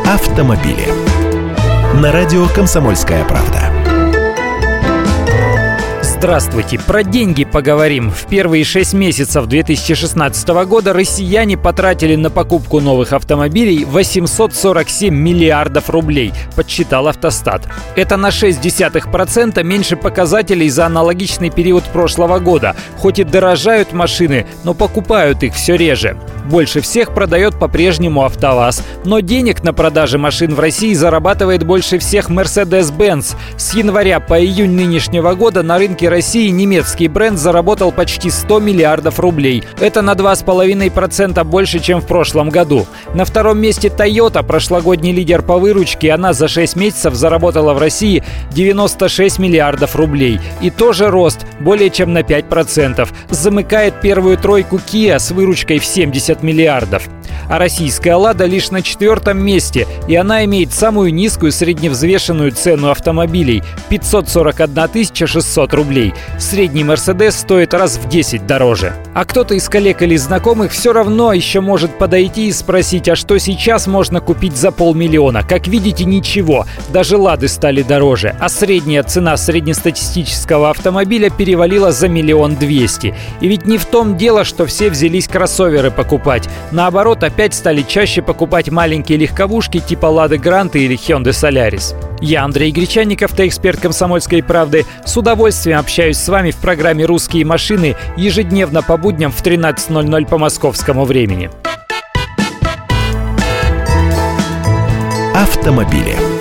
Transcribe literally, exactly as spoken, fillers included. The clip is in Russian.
автомобили. На радио «Комсомольская правда». Здравствуйте! Про деньги поговорим. В первые шесть месяцев две тысячи шестнадцатого года россияне потратили на покупку новых автомобилей восемьсот сорок семь миллиардов рублей, подсчитал Автостат. Это на шесть десятых процента меньше показателей за аналогичный период прошлого года. Хоть и дорожают машины, но покупают их все реже. Больше всех продает по-прежнему АвтоВАЗ. Но денег на продаже машин в России зарабатывает больше всех Mercedes-Benz. С января по июнь нынешнего года на рынке России немецкий бренд заработал почти сто миллиардов рублей. Это на два с половиной процента больше, чем в прошлом году. На втором месте Toyota, прошлогодний лидер по выручке. Она за шесть месяцев заработала в России девяносто шесть миллиардов рублей. И тоже рост более чем на пять процентов. Замыкает первую тройку Kia с выручкой в семьдесят миллиардов. А российская «Лада» лишь на четвертом месте, и она имеет самую низкую средневзвешенную цену автомобилей – пятьсот сорок одна тысяча шестьсот рублей. Средний «Мерседес» стоит раз в десять дороже. А кто-то из коллег или знакомых все равно еще может подойти и спросить, а что сейчас можно купить за полмиллиона? Как видите, ничего. Даже «Лады» стали дороже, а средняя цена среднестатистического автомобиля перевалила за миллион двести. И ведь не в том дело, что все взялись кроссоверы покупать. Наоборот, опять стали чаще покупать маленькие легковушки типа «Лады Гранта» или «Хёндай Солярис». Я Андрей Гречанник, автоэксперт «Комсомольской правды». С удовольствием общаюсь с вами в программе «Русские машины» ежедневно по будням в тринадцать ноль ноль по московскому времени. Автомобили.